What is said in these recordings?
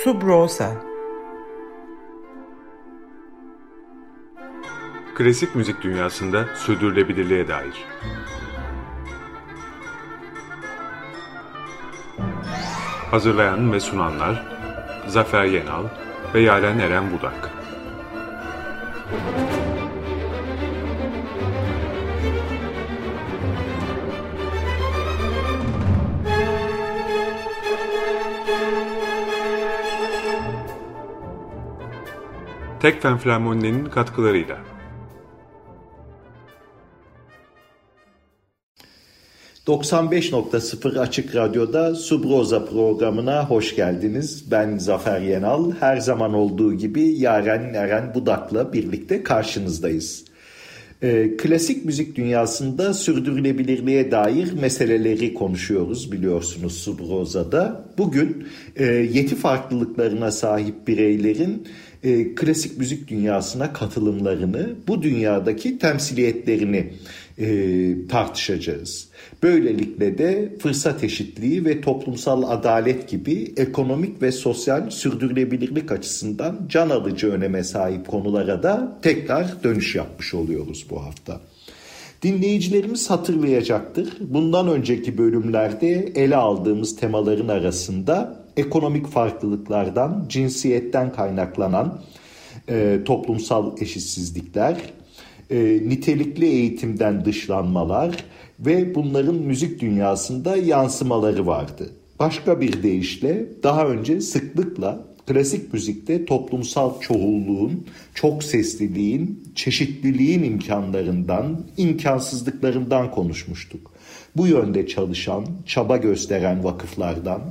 Subrosa. Klasik müzik dünyasında sürdürülebilirliğe dair. Hazırlayan ve sunanlar Zafer Yenal ve Yaren Eren Budak. Tekfen Flamoni'nin katkılarıyla. ...95.0 Açık Radyo'da Subrosa programına hoş geldiniz. Ben Zafer Yenal. Her zaman olduğu gibi Yaren Eren Budak'la birlikte karşınızdayız. Klasik müzik dünyasında sürdürülebilirliğe dair meseleleri konuşuyoruz biliyorsunuz Subrosa'da. Bugün yeti farklılıklarına sahip bireylerin klasik müzik dünyasına katılımlarını, bu dünyadaki temsiliyetlerini tartışacağız. Böylelikle de fırsat eşitliği ve toplumsal adalet gibi ekonomik ve sosyal sürdürülebilirlik açısından can alıcı öneme sahip konulara da tekrar dönüş yapmış oluyoruz bu hafta. Dinleyicilerimiz hatırlayacaktır. Bundan önceki bölümlerde ele aldığımız temaların arasında ekonomik farklılıklardan, cinsiyetten kaynaklanan toplumsal eşitsizlikler, nitelikli eğitimden dışlanmalar ve bunların müzik dünyasında yansımaları vardı. Başka bir deyişle daha önce sıklıkla klasik müzikte toplumsal çoğulluğun, çok sesliliğin, çeşitliliğin imkanlarından, imkansızlıklarından konuşmuştuk. Bu yönde çalışan, çaba gösteren vakıflardan,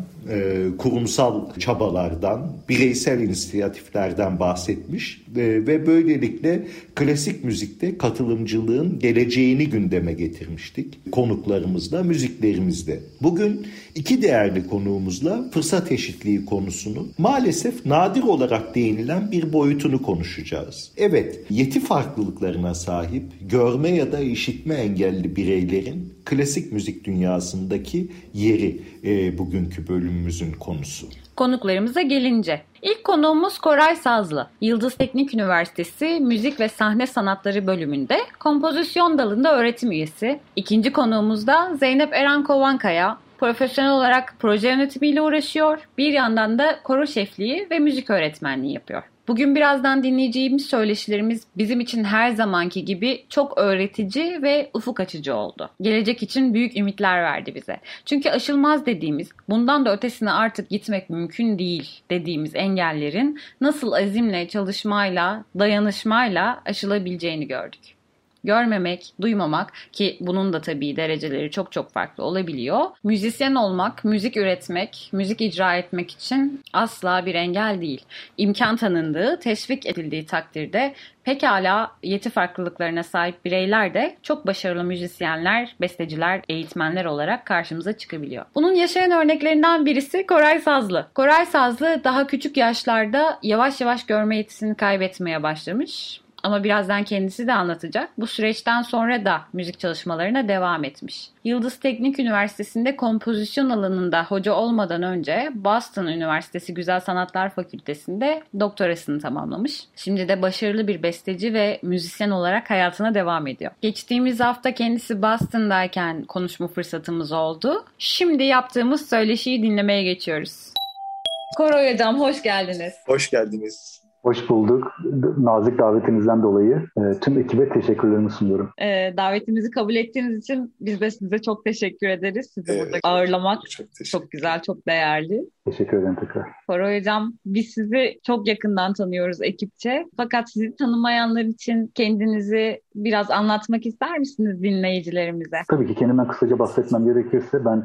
kurumsal çabalardan, bireysel inisiyatiflerden bahsetmiş ve böylelikle klasik müzikte katılımcılığın geleceğini gündeme getirmiştik konuklarımızla, müziklerimizle. Bugün iki değerli konuğumuzla fırsat eşitliği konusunu maalesef nadir olarak değinilen bir boyutunu konuşacağız. Evet, yeti farklılıklarına sahip, görme ya da işitme engelli bireylerin klasik müzik dünyasındaki yeri bugünkü bölümümüzün konusu. Konuklarımıza gelince, ilk konuğumuz Koray Sazlı. Yıldız Teknik Üniversitesi Müzik ve Sahne Sanatları bölümünde kompozisyon dalında öğretim üyesi. İkinci konuğumuz da Zeynep Eren Kovankaya. Profesyonel olarak proje yönetimiyle uğraşıyor. Bir yandan da koro şefliği ve müzik öğretmenliği yapıyor. Bugün birazdan dinleyeceğimiz söyleşilerimiz bizim için her zamanki gibi çok öğretici ve ufuk açıcı oldu. Gelecek için büyük ümitler verdi bize. Çünkü aşılmaz dediğimiz, bundan da ötesine artık gitmek mümkün değil dediğimiz engellerin nasıl azimle, çalışmayla, dayanışmayla aşılabileceğini gördük. Görmemek, duymamak ki bunun da tabii dereceleri çok çok farklı olabiliyor. Müzisyen olmak, müzik üretmek, müzik icra etmek için asla bir engel değil. İmkan tanındığı, teşvik edildiği takdirde pekala yeti farklılıklarına sahip bireyler de çok başarılı müzisyenler, besteciler, eğitmenler olarak karşımıza çıkabiliyor. Bunun yaşayan örneklerinden birisi Koray Sazlı. Koray Sazlı daha küçük yaşlarda yavaş yavaş görme yetisini kaybetmeye başlamış. Ama birazdan kendisi de anlatacak. Bu süreçten sonra da müzik çalışmalarına devam etmiş. Yıldız Teknik Üniversitesi'nde kompozisyon alanında hoca olmadan önce Boston Üniversitesi Güzel Sanatlar Fakültesi'nde doktorasını tamamlamış. Şimdi de başarılı bir besteci ve müzisyen olarak hayatına devam ediyor. Geçtiğimiz hafta kendisi Boston'dayken konuşma fırsatımız oldu. Şimdi yaptığımız söyleşiyi dinlemeye geçiyoruz. Koray Hocam hoş geldiniz. Hoş geldiniz. Hoş bulduk. Nazik davetinizden dolayı tüm ekibe teşekkürlerimi sunuyorum. Davetimizi kabul ettiğiniz için biz de size çok teşekkür ederiz. Sizi burada ağırlamak çok güzel, çok değerli. Teşekkür ederim tekrar. Koray Hocam, biz sizi çok yakından tanıyoruz ekipçe. Fakat sizi tanımayanlar için kendinizi biraz anlatmak ister misiniz dinleyicilerimize? Tabii ki kendimden kısaca bahsetmem gerekirse ben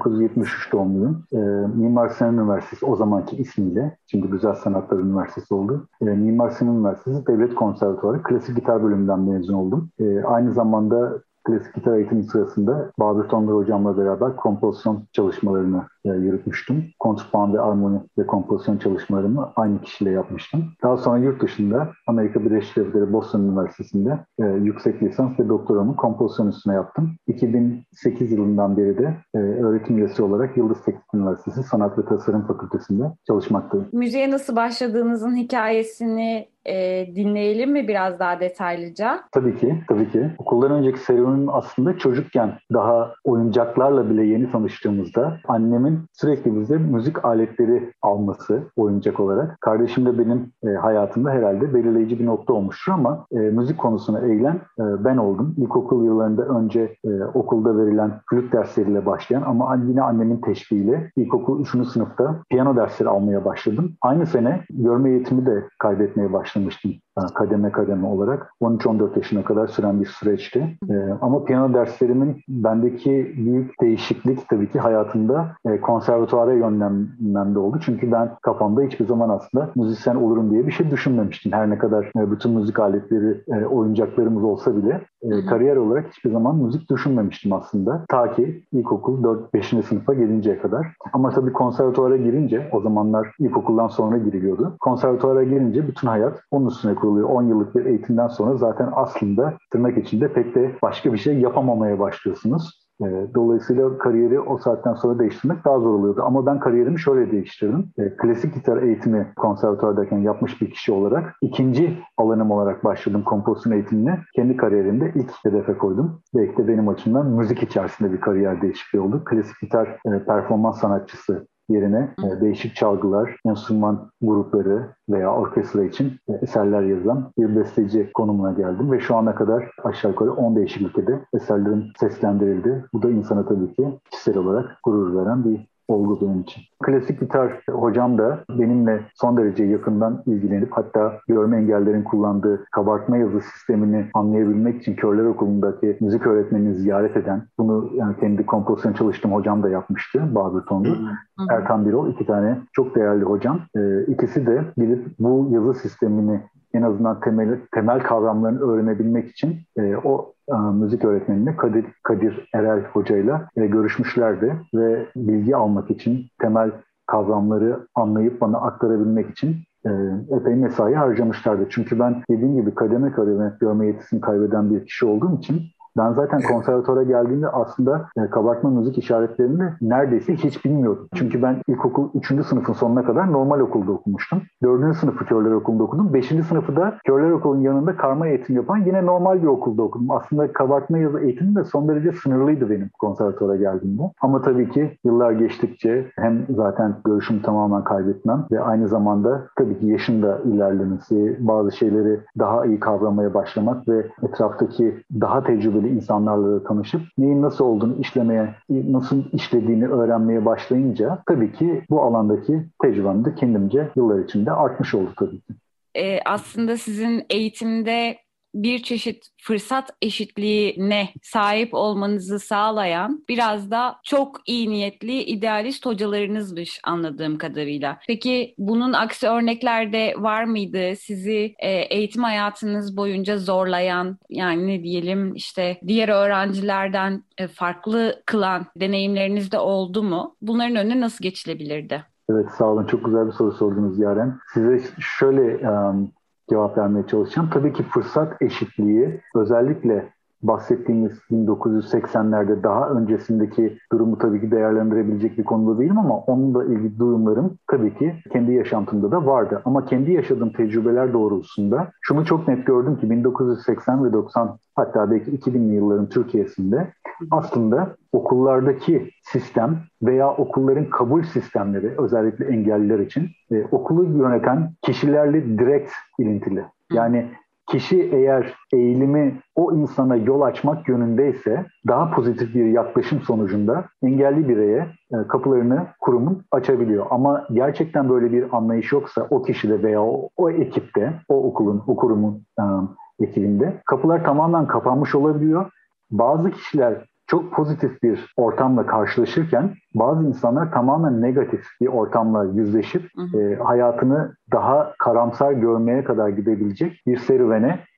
1973 doğumluyum. Mimar Sinan Üniversitesi o zamanki ismiyle, şimdi Güzel Sanatlar Üniversitesi oldu. Mimar Sinan Üniversitesi Devlet Konservatuvarı Klasik Gitar bölümünden mezun oldum. Aynı zamanda Klasik gitar eğitimi sırasında Bahadır Tondur hocamla beraber kompozisyon çalışmalarını yürütmüştüm. Kontrpuan ve armoni ve kompozisyon çalışmalarımı aynı kişiyle yapmıştım. Daha sonra yurt dışında Amerika Birleşik Devletleri Boston Üniversitesi'nde yüksek lisans ve doktoramı kompozisyon üstüne yaptım. 2008 yılından beri de öğretim üyesi olarak Yıldız Teknik Üniversitesi Sanat ve Tasarım Fakültesi'nde çalışmaktayım. Müziğe nasıl başladığınızın hikayesini dinleyelim mi biraz daha detaylıca? Tabii ki. Okuldan önceki serüvenim aslında çocukken daha oyuncaklarla bile yeni tanıştığımızda annemin sürekli bize müzik aletleri alması oyuncak olarak. Kardeşim de benim hayatımda herhalde belirleyici bir nokta olmuştur ama müzik konusuna eğilen ben oldum. İlkokul yıllarında önce okulda verilen flüt dersleriyle başlayan ama yine annemin teşviğiyle ilkokul 3. sınıfta piyano dersleri almaya başladım. Aynı sene görme yetimi de kaybetmeye başlamıştım kademe kademe olarak. 13-14 yaşına kadar süren bir süreçti. Ama piyano derslerimin bendeki büyük değişiklik tabii ki hayatımda konservatuvara yönlenmemde oldu. Çünkü ben kafamda hiçbir zaman aslında müzisyen olurum diye bir şey düşünmemiştim. Her ne kadar bütün müzik aletleri oyuncaklarımız olsa bile kariyer olarak hiçbir zaman müzik düşünmemiştim aslında. Ta ki ilkokul 4-5. sınıfa gelinceye kadar. Ama tabii konservatuvara girince, o zamanlar ilkokuldan sonra giriliyordu. Konservatuvara girince bütün hayat onun üstüne kuruluyor. 10 yıllık bir eğitimden sonra zaten aslında tırnak içinde pek de başka bir şey yapamamaya başlıyorsunuz. Dolayısıyla kariyeri o saatten sonra değiştirmek daha zor oluyordu. Ama ben kariyerimi şöyle değiştirdim. Klasik gitar eğitimi konservatuvardayken yapmış bir kişi olarak ikinci alanım olarak başladım kompozisyon eğitimine. Kendi kariyerimde ilk hedefe koydum. Belki de benim açımdan müzik içerisinde bir kariyer değişikliği oldu. Klasik gitar performans sanatçısı yerine değişik çalgılar, enstrüman grupları veya orkestra için eserler yazan bir besteci konumuna geldim ve şu ana kadar aşağı yukarı 10 değişik ülkede eserlerim seslendirildi. Bu da insana tabii ki kişisel olarak gurur veren bir olgu benim için. Klasik gitar hocam da benimle son derece yakından ilgilenip hatta görme engellerin kullandığı kabartma yazı sistemini anlayabilmek için Körler Okulu'ndaki müzik öğretmenini ziyaret eden, bunu yani kendi kompozisyon çalıştığım hocam da yapmıştı, Bahadır Tondur. Ertan Birol, 2 tane çok değerli hocam. İkisi de gidip bu yazı sistemini en azından temel kavramlarını öğrenebilmek için o müzik öğretmenine Kadir Erel hocayla görüşmüşlerdi ve bilgi almak için, temel kavramları anlayıp bana aktarabilmek için epey mesai harcamışlardı. Çünkü ben dediğim gibi kademe kademe görme yetisini kaybeden bir kişi olduğum için ben zaten konservatuvara geldiğimde aslında kabartma müzik işaretlerini neredeyse hiç bilmiyordum. Çünkü ben ilkokul 3. sınıfın sonuna kadar normal okulda okumuştum. 4. sınıfı Körler Okulu'nda okudum. 5. sınıfı da Körler Okulu'nun yanında karma eğitim yapan yine normal bir okulda okudum. Aslında kabartma yazı eğitimi de son derece sınırlıydı benim konservatuvara geldiğimde. Ama tabii ki yıllar geçtikçe hem zaten görüşümü tamamen kaybetmem ve aynı zamanda tabii ki yaşın da ilerlemesi, bazı şeyleri daha iyi kavramaya başlamak ve etraftaki daha tecrübeli insanlarla da tanışıp neyin nasıl olduğunu işlemeye, nasıl işlediğini öğrenmeye başlayınca tabii ki bu alandaki tecrübem de kendimce yıllar içinde artmış oldu tabii ki. Aslında sizin eğitimde bir çeşit fırsat eşitliğine sahip olmanızı sağlayan biraz da çok iyi niyetli idealist hocalarınızmış anladığım kadarıyla. Peki bunun aksi örnekler de var mıydı? Sizi eğitim hayatınız boyunca zorlayan, yani ne diyelim işte diğer öğrencilerden farklı kılan deneyimleriniz de oldu mu? Bunların önüne nasıl geçilebilirdi? Evet, sağ olun. Çok güzel bir soru sordunuz Yaren. Size şöyle cevap vermeye çalışacağım. Tabii ki fırsat eşitliği özellikle bahsettiğimiz 1980'lerde daha öncesindeki durumu tabii ki değerlendirebilecek bir konuda değilim ama onunla ilgili duyumlarım tabii ki kendi yaşantımda da vardı. Ama kendi yaşadığım tecrübeler doğrultusunda şunu çok net gördüm ki 1980 ve 90 hatta belki 2000'li yılların Türkiye'sinde aslında okullardaki sistem veya okulların kabul sistemleri özellikle engelliler için okulu yöneten kişilerle direkt ilintili. Yani kişi eğer eğilimi o insana yol açmak yönündeyse daha pozitif bir yaklaşım sonucunda engelli bireye kapılarını kurumun açabiliyor. Ama gerçekten böyle bir anlayış yoksa o kişide veya o ekipte, o okulun, o kurumun ekibinde kapılar tamamen kapanmış olabiliyor. Bazı kişiler çok pozitif bir ortamla karşılaşırken bazı insanlar tamamen negatif bir ortamla yüzleşip hayatını daha karamsar görmeye kadar gidebilecek bir serüvene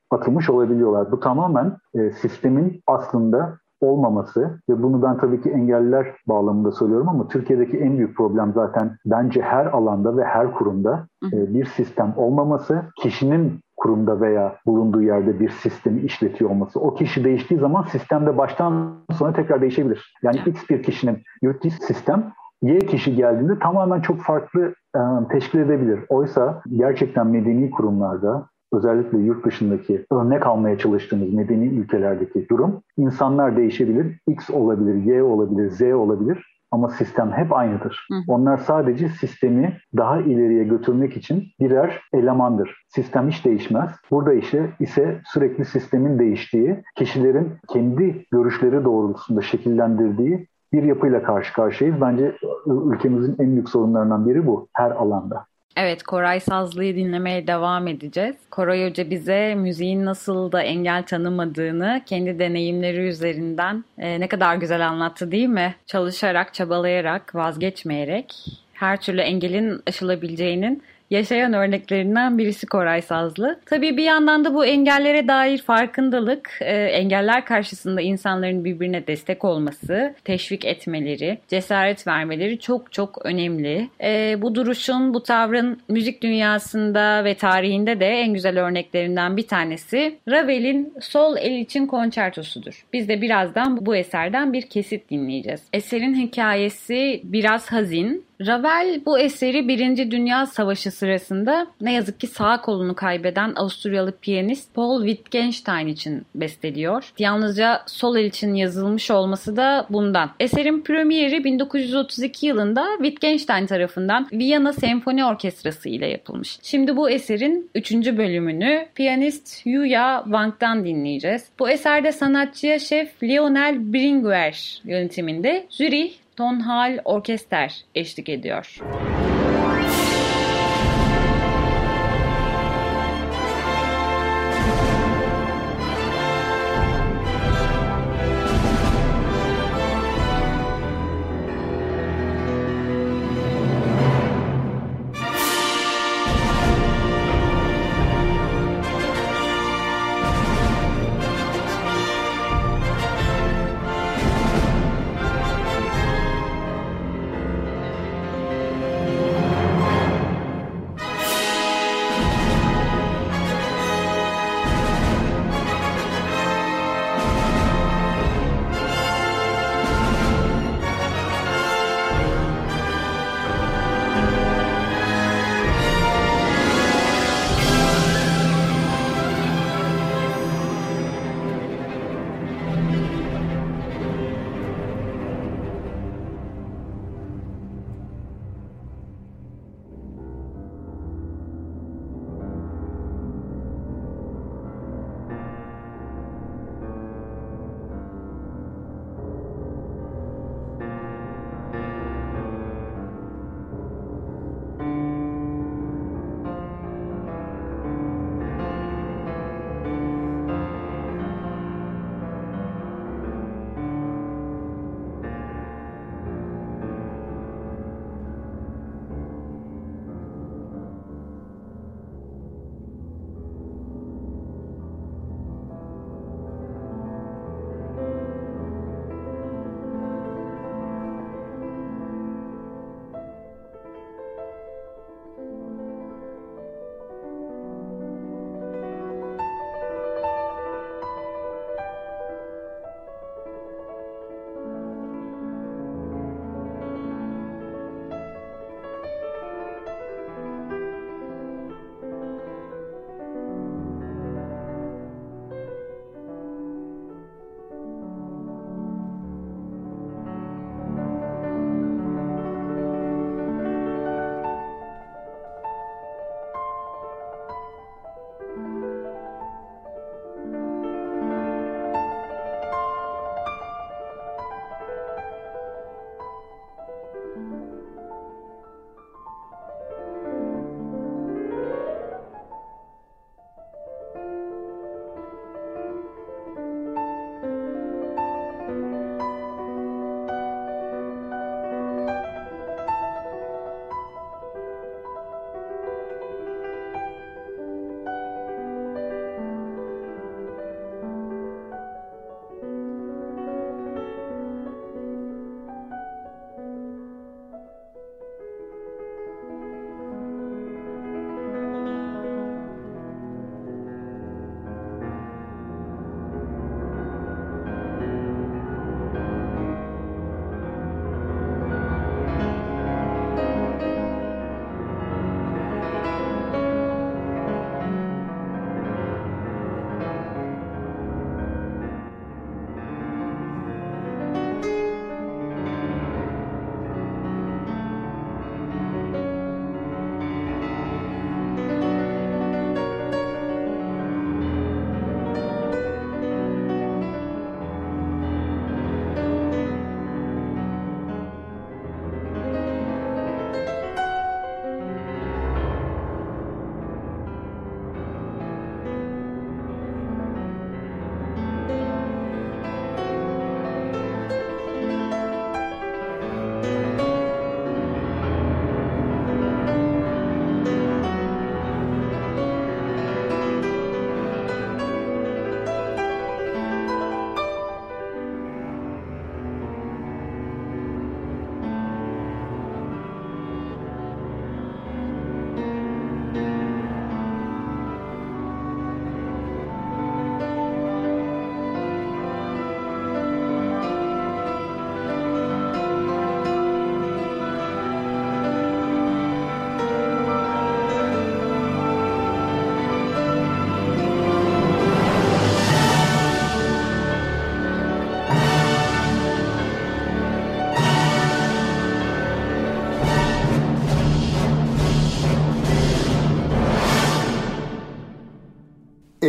atılmış olabiliyorlar. Bu tamamen sistemin aslında olmaması ve bunu ben tabii ki engelliler bağlamında söylüyorum ama Türkiye'deki en büyük problem zaten bence her alanda ve her kurumda bir sistem olmaması, kişinin kurumda veya bulunduğu yerde bir sistemi işletiyor olması. O kişi değiştiği zaman sistemde baştan sona tekrar değişebilir. Yani X bir kişinin yürüttüğü sistem Y kişi geldiğinde tamamen çok farklı teşkil edebilir. Oysa gerçekten medeni kurumlarda, özellikle yurt dışındaki örnek almaya çalıştığımız medeni ülkelerdeki durum, insanlar değişebilir, X olabilir, Y olabilir, Z olabilir ama sistem hep aynıdır. Onlar sadece sistemi daha ileriye götürmek için birer elemandır. Sistem hiç değişmez. Burada ise sürekli sistemin değiştiği, kişilerin kendi görüşleri doğrultusunda şekillendirdiği bir yapıyla karşı karşıyayız. Bence ülkemizin en büyük sorunlarından biri bu her alanda. Evet, Koray Sazlı'yı dinlemeye devam edeceğiz. Koray Hoca bize müziğin nasıl da engel tanımadığını kendi deneyimleri üzerinden ne kadar güzel anlattı değil mi? Çalışarak, çabalayarak, vazgeçmeyerek her türlü engelin aşılabileceğinin yaşayan örneklerinden birisi Koray Sazlı. Tabii bir yandan da bu engellere dair farkındalık, engeller karşısında insanların birbirine destek olması, teşvik etmeleri, cesaret vermeleri çok çok önemli. Bu duruşun, bu tavrın müzik dünyasında ve tarihinde de en güzel örneklerinden bir tanesi Ravel'in Sol El için Konçertosu'dur. Biz de birazdan bu eserden bir kesit dinleyeceğiz. Eserin hikayesi biraz hazin. Ravel bu eseri 1. Dünya Savaşı sırasında ne yazık ki sağ kolunu kaybeden Avusturyalı piyanist Paul Wittgenstein için besteliyor. Yalnızca sol el için yazılmış olması da bundan. Eserin premieri 1932 yılında Wittgenstein tarafından Viyana Senfoni Orkestrası ile yapılmış. Şimdi bu eserin 3. bölümünü piyanist Yuya Wang'dan dinleyeceğiz. Bu eserde sanatçıya şef Lionel Bringuer yönetiminde Zürih Tonhal Orkester eşlik ediyor.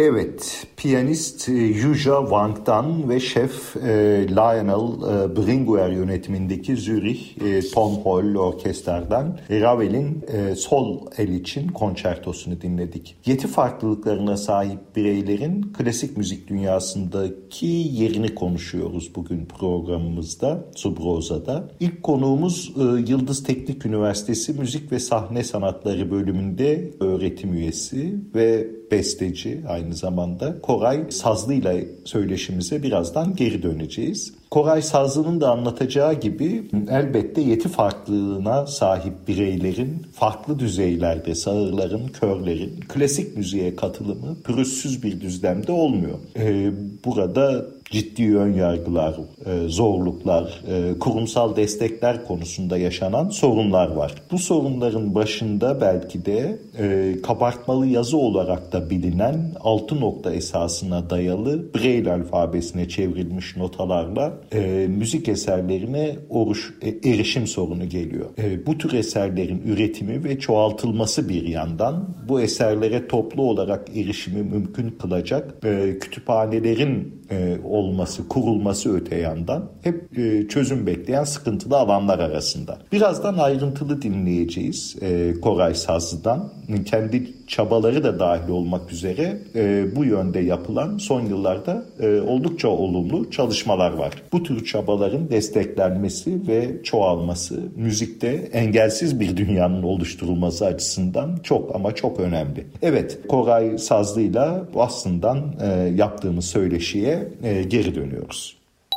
Evet, piyanist Yuja Wang'dan ve şef Lionel Bringuer yönetimindeki Zürich Tonhol Orkestra'dan Ravel'in sol el için konçertosunu dinledik. Yeti farklılıklarına sahip bireylerin klasik müzik dünyasındaki yerini konuşuyoruz bugün programımızda, Subroza'da. İlk konuğumuz Yıldız Teknik Üniversitesi Müzik ve Sahne Sanatları bölümünde öğretim üyesi ve besteci aynı zamanda Koray Sazlı ile söyleşimize birazdan geri döneceğiz. Koray Sazlı'nın da anlatacağı gibi elbette yeti farklılığına sahip bireylerin farklı düzeylerde sağırların, körlerin klasik müziğe katılımı pürüzsüz bir düzlemde olmuyor. Burada ciddi önyargılar, zorluklar, kurumsal destekler konusunda yaşanan sorunlar var. Bu sorunların başında belki de kabartmalı yazı olarak da bilinen 6 nokta esasına dayalı Braille alfabesine çevrilmiş notalarla müzik eserlerine erişim sorunu geliyor. Bu tür eserlerin üretimi ve çoğaltılması bir yandan, bu eserlere toplu olarak erişimi mümkün kılacak kütüphanelerin olması, kurulması öte yandan hep çözüm bekleyen sıkıntılı alanlar arasında. Birazdan ayrıntılı dinleyeceğiz Koray Sazlı'dan. Kendi çabaları da dahil olmak üzere bu yönde yapılan son yıllarda oldukça olumlu çalışmalar var. Bu tür çabaların desteklenmesi ve çoğalması müzikte engelsiz bir dünyanın oluşturulması açısından çok ama çok önemli. Evet, Koray Sazlı'yla Boston'dan yaptığımız söyleşiye geri dönüyoruz.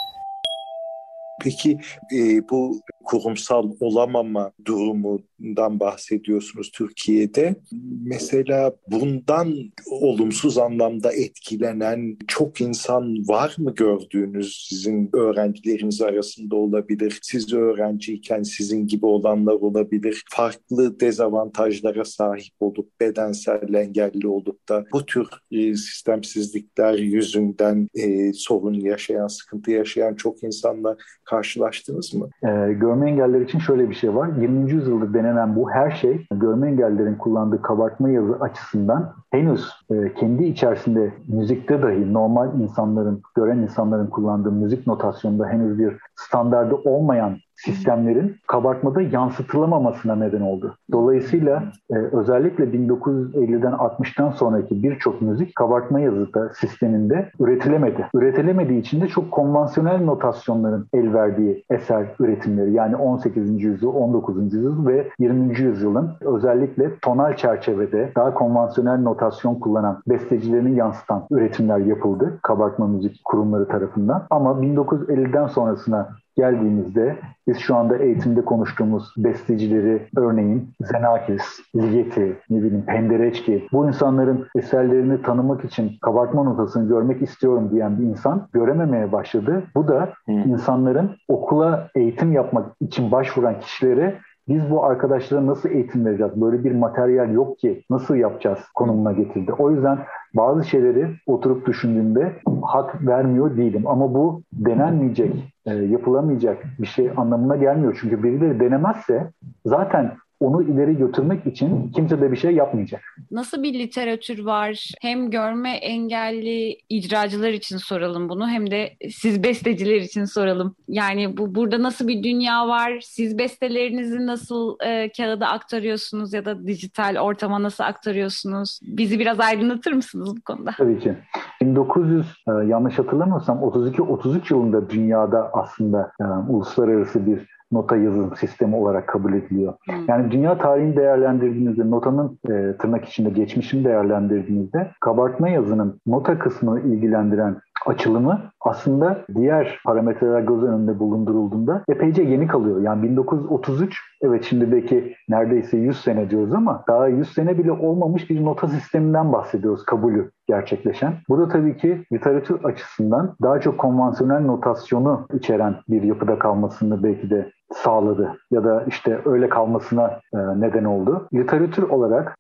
Peki bu kurumsal olamama durumundan bahsediyorsunuz Türkiye'de. Mesela bundan olumsuz anlamda etkilenen çok insan var mı gördüğünüz, sizin öğrencileriniz arasında olabilir, siz öğrenciyken sizin gibi olanlar olabilir, farklı dezavantajlara sahip olup bedensel engelli olup da bu tür sistemsizlikler yüzünden sorun yaşayan, sıkıntı yaşayan çok insanla karşılaştınız mı? Görme engelliler için şöyle bir şey var. 20. yüzyılda denenen bu her şey görme engellilerin kullandığı kabartma yazı açısından henüz kendi içerisinde müzikte dahi normal insanların, gören insanların kullandığı müzik notasyonunda henüz bir standardı olmayan sistemlerin kabartmada yansıtılamamasına neden oldu. Dolayısıyla özellikle 1950'den 60'tan sonraki birçok müzik kabartma yazıda sisteminde üretilemedi. Üretilemediği için de çok konvansiyonel notasyonların el verdiği eser üretimleri, yani 18. yüzyıl, 19. yüzyıl ve 20. yüzyılın özellikle tonal çerçevede daha konvansiyonel notasyon kullanan bestecilerini yansıtan üretimler yapıldı kabartma müzik kurumları tarafından. Ama 1950'den sonrasına geldiğimizde biz şu anda eğitimde konuştuğumuz bestecileri, örneğin Xenakis, Ligeti, Penderecki, bu insanların eserlerini tanımak için kabartma notasını görmek istiyorum diyen bir insan görememeye başladı. Bu da insanların okula eğitim yapmak için başvuran kişilere biz bu arkadaşlara nasıl eğitim vereceğiz? Böyle bir materyal yok ki nasıl yapacağız konumuna getirdi. O yüzden bazı şeyleri oturup düşündüğümde hak vermiyor değilim. Ama bu denenmeyecek, yapılamayacak bir şey anlamına gelmiyor. Çünkü birileri denemezse zaten onu ileri götürmek için kimse de bir şey yapmayacak. Nasıl bir literatür var? Hem görme engelli icracılar için soralım bunu, hem de siz besteciler için soralım. Yani burada nasıl bir dünya var? Siz bestelerinizi nasıl kağıda aktarıyorsunuz ya da dijital ortama nasıl aktarıyorsunuz? Bizi biraz aydınlatır mısınız bu konuda? Tabii ki. 1900 yanlış hatırlamıyorsam 32-33 yılında dünyada aslında uluslararası bir nota yazım sistemi olarak kabul ediliyor. Yani dünya tarihini değerlendirdiğinizde, notanın tırnak içinde geçmişini değerlendirdiğinizde kabartma yazının nota kısmını ilgilendiren açılımı aslında diğer parametreler göz önünde bulundurulduğunda epeyce yeni kalıyor. Yani 1933, evet şimdi belki neredeyse 100 sene diyoruz ama daha 100 sene bile olmamış bir nota sisteminden bahsediyoruz, kabulü gerçekleşen. Bu da tabii ki literatür açısından daha çok konvansiyonel notasyonu içeren bir yapıda kalmasını belki de sağladı ya da işte öyle kalmasına neden oldu. Literatür olarak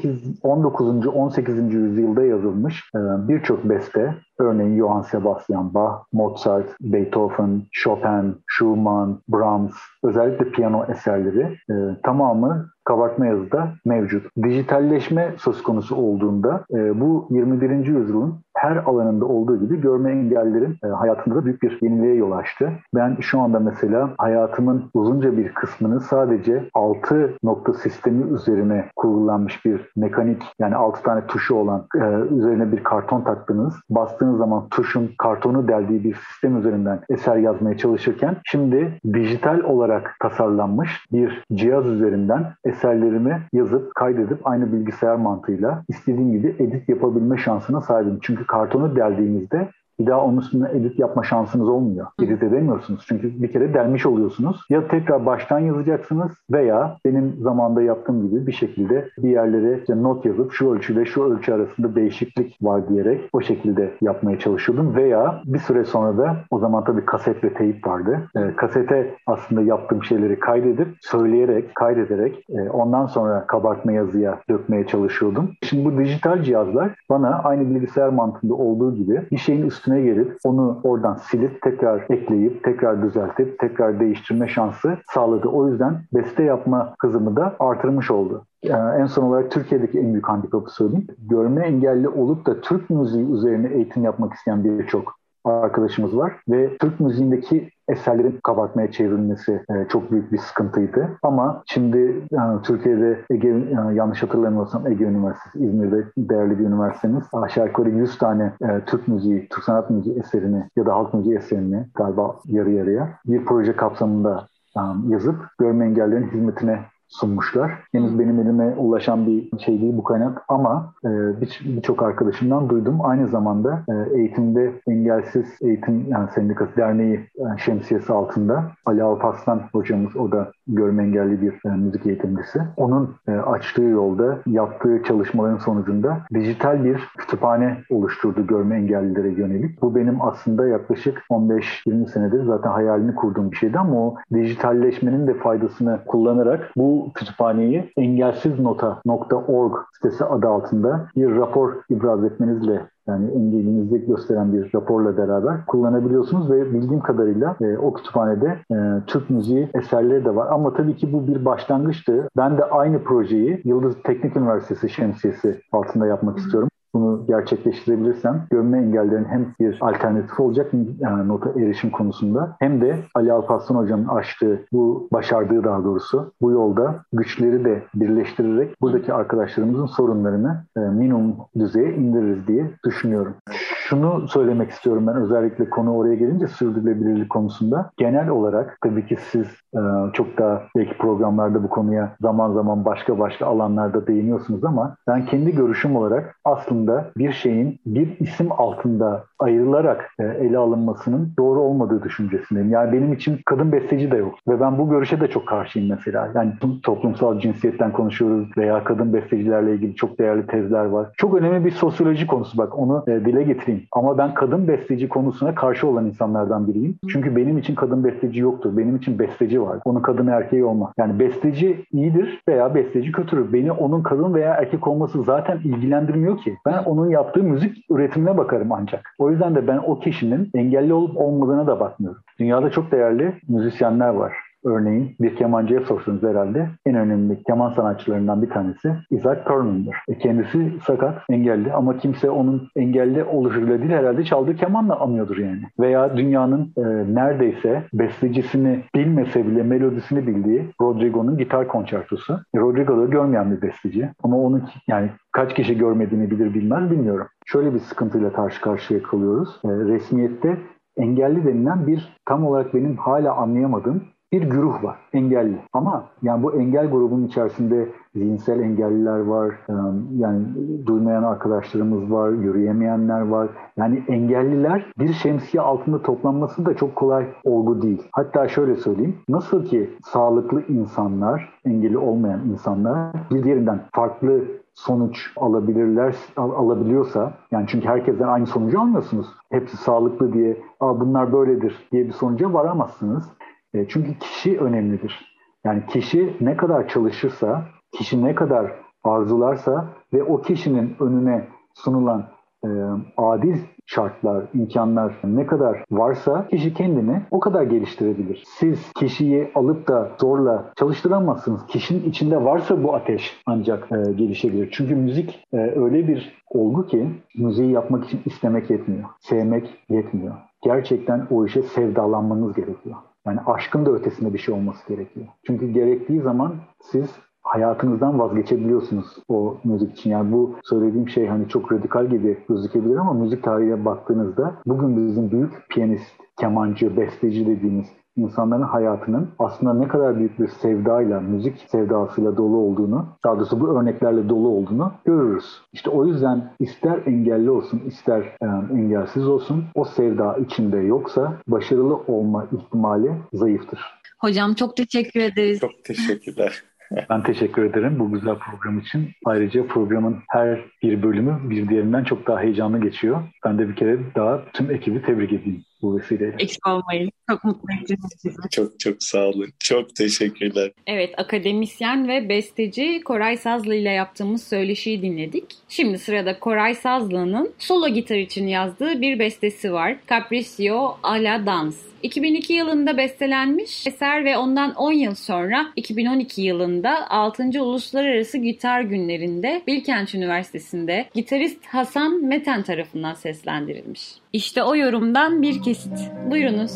19. 18. yüzyılda yazılmış birçok beste, örneğin Johann Sebastian Bach, Mozart, Beethoven, Chopin, Schumann, Brahms, özellikle piyano eserleri tamamı kabartma yazıda mevcut. Dijitalleşme söz konusu olduğunda bu 21. yüzyılın her alanında olduğu gibi görme engellilerin hayatında da büyük bir yeniliğe yol açtı. Ben şu anda mesela hayatımın uzunca bir kısmını sadece 6 nokta sistemi üzerine kurgulanmış bir mekanik, yani 6 tane tuşu olan, üzerine bir karton taktığınız, bastığınız zaman tuşun kartonu deldiği bir sistem üzerinden eser yazmaya çalışırken şimdi dijital olarak tasarlanmış bir cihaz üzerinden eserlerimi yazıp kaydedip aynı bilgisayar mantığıyla istediğim gibi edit yapabilme şansına sahibim. Çünkü kartonu deldiğinizde bir daha onun üstüne edit yapma şansınız olmuyor. Edit edemiyorsunuz. Çünkü bir kere delmiş oluyorsunuz. Ya tekrar baştan yazacaksınız veya benim zamanda yaptığım gibi bir şekilde bir yerlere işte not yazıp şu ölçüyle şu ölçü arasında değişiklik var diyerek o şekilde yapmaya çalışıyordum. Veya bir süre sonra da, o zaman tabii kaset ve teyip vardı. Kasete aslında yaptığım şeyleri kaydedip, söyleyerek, kaydederek ondan sonra kabartma yazıya dökmeye çalışıyordum. Şimdi bu dijital cihazlar bana aynı bilgisayar mantığında olduğu gibi bir şeyin üstüne gelip onu oradan silip tekrar ekleyip tekrar düzeltip tekrar değiştirme şansı sağladı. O yüzden beste yapma hızımı da artırmış oldu. En son olarak Türkiye'deki en büyük handikapı söyleyeyim. Görme engelli olup da Türk müziği üzerine eğitim yapmak isteyen birçok arkadaşımız var ve Türk müziğindeki eserlerin kabartmaya çevrilmesi çok büyük bir sıkıntıydı. Ama şimdi Türkiye'de yanlış hatırlamıyorsam Ege Üniversitesi, İzmir'de değerli bir üniversitemiz, aşağı yukarı 100 tane Türk müziği, Türk sanat müziği eserini ya da halk müziği eserini galiba yarı yarıya bir proje kapsamında yazıp görme engellilerin hizmetine sunmuşlar. Henüz benim elime ulaşan bir şey değil bu kaynak ama birçok arkadaşımdan duydum. Aynı zamanda eğitimde Engelsiz Eğitim Sendikası Derneği şemsiyesi altında Ali Alparslan hocamız, o da görme engelli bir müzik eğitimcisi. Onun açtığı yolda yaptığı çalışmaların sonucunda dijital bir kütüphane oluşturdu görme engellilere yönelik. Bu benim aslında yaklaşık 15-20 senedir zaten hayalini kurduğum bir şeydi ama o dijitalleşmenin de faydasını kullanarak bu kütüphaneyi engelsizNota.org sitesi adı altında bir rapor ibraz etmenizle, yani engelinizi gösteren bir raporla beraber kullanabiliyorsunuz ve bildiğim kadarıyla o kütüphanede Türk müziği eserleri de var. Ama tabii ki bu bir başlangıçtı. Ben de aynı projeyi Yıldız Teknik Üniversitesi şemsiyesi altında yapmak istiyorum. Bunu gerçekleştirebilirsem görme engellilerin hem bir alternatif olacak nota erişim konusunda hem de Ali Alparslan Hoca'nın açtığı, başardığı daha doğrusu bu yolda güçleri de birleştirerek buradaki arkadaşlarımızın sorunlarını minimum düzeye indiririz diye düşünüyorum. Şunu söylemek istiyorum ben, özellikle konu oraya gelince sürdürülebilirlik konusunda. Genel olarak tabii ki siz çok daha belki programlarda bu konuya zaman zaman başka alanlarda değiniyorsunuz ama ben kendi görüşüm olarak aslında bir şeyin bir isim altında ayrılarak ele alınmasının doğru olmadığı düşüncesindeyim. Yani benim için kadın besteci de yok ve ben bu görüşe de çok karşıyım mesela. Yani toplumsal cinsiyetten konuşuyoruz veya kadın bestecilerle ilgili çok değerli tezler var. Çok önemli bir sosyoloji konusu, bak onu dile getireyim. Ama ben kadın besteci konusuna karşı olan insanlardan biriyim. Çünkü benim için kadın besteci yoktur. Benim için besteci var. Onun kadın erkeği olmaz. Yani besteci iyidir veya besteci kötüdür. Beni onun kadın veya erkek olması zaten ilgilendirmiyor ki. Ben onun yaptığı müzik üretimine bakarım ancak. O yüzden de ben o kişinin engelli olup olmadığına da bakmıyorum. Dünyada çok değerli müzisyenler var. Örneğin bir kemancıya sorsanız herhalde en önemli keman sanatçılarından bir tanesi Isaac Perlman'dır. Kendisi sakat, engelli ama kimse onun engelli oluşuyla değil herhalde çaldığı kemanla anıyordur yani. Veya dünyanın neredeyse bestecisini bilmese bile melodisini bildiği Rodrigo'nun gitar konçertosu. Rodrigo'da görmeyen bir besteci ama onun yani kaç kişi görmediğini bilir bilmez bilmiyorum. Şöyle bir sıkıntıyla karşı karşıya kalıyoruz. Resmiyette engelli denilen bir tam olarak benim hala anlayamadığım bir güruh var, engelli. Ama yani bu engel grubunun içerisinde zihinsel engelliler var, yani duymayan arkadaşlarımız var, yürüyemeyenler var. Yani engelliler bir şemsiye altında toplanması da çok kolay olgu değil. Hatta şöyle söyleyeyim, nasıl ki sağlıklı insanlar, engeli olmayan insanlar bir diğerinden farklı sonuç alabiliyorsa, yani çünkü herkesten aynı sonucu almıyorsunuz. Hepsi sağlıklı diye, bunlar böyledir diye bir sonuca varamazsınız. Çünkü kişi önemlidir. Yani kişi ne kadar çalışırsa, kişi ne kadar arzularsa ve o kişinin önüne sunulan adil şartlar, imkanlar ne kadar varsa kişi kendini o kadar geliştirebilir. Siz kişiyi alıp da zorla çalıştıramazsınız. Kişinin içinde varsa bu ateş ancak gelişebilir. Çünkü müzik öyle bir olgu ki müziği yapmak için istemek yetmiyor. Sevmek yetmiyor. Gerçekten o işe sevdalanmanız gerekiyor. Yani aşkın da ötesinde bir şey olması gerekiyor. Çünkü gerektiği zaman siz hayatınızdan vazgeçebiliyorsunuz o müzik için. Yani bu söylediğim şey hani çok radikal gibi gözükebilir ama müzik tarihine baktığınızda bugün bizim büyük piyanist, kemancı, besteci dediğimiz insanların hayatının aslında ne kadar büyük bir sevdayla, müzik sevdasıyla dolu olduğunu, daha doğrusu bu örneklerle dolu olduğunu görürüz. İşte o yüzden ister engelli olsun, ister engelsiz olsun, o sevda içinde yoksa başarılı olma ihtimali zayıftır. Hocam çok teşekkür ederiz. Çok teşekkürler. Ben teşekkür ederim bu güzel program için. Ayrıca programın her bir bölümü bir diğerinden çok daha heyecanlı geçiyor. Ben de bir kere daha tüm ekibi tebrik edeyim bu vesileyle. Eksik olmayın. Çok mutlu ettiniz sizi. Çok sağ olun. Çok teşekkürler. Evet, akademisyen ve besteci Koray Sazlı ile yaptığımız söyleşiyi dinledik. Şimdi sırada Koray Sazlı'nın solo gitar için yazdığı bir bestesi var. Capriccio alla Dans. 2002 yılında bestelenmiş eser ve ondan 10 yıl sonra 2012 yılında 6. Uluslararası Gitar Günlerinde Bilkent Üniversitesi'nde gitarist Hasan Meten tarafından seslendirilmiş. İşte o yorumdan bir kesit. Buyurunuz.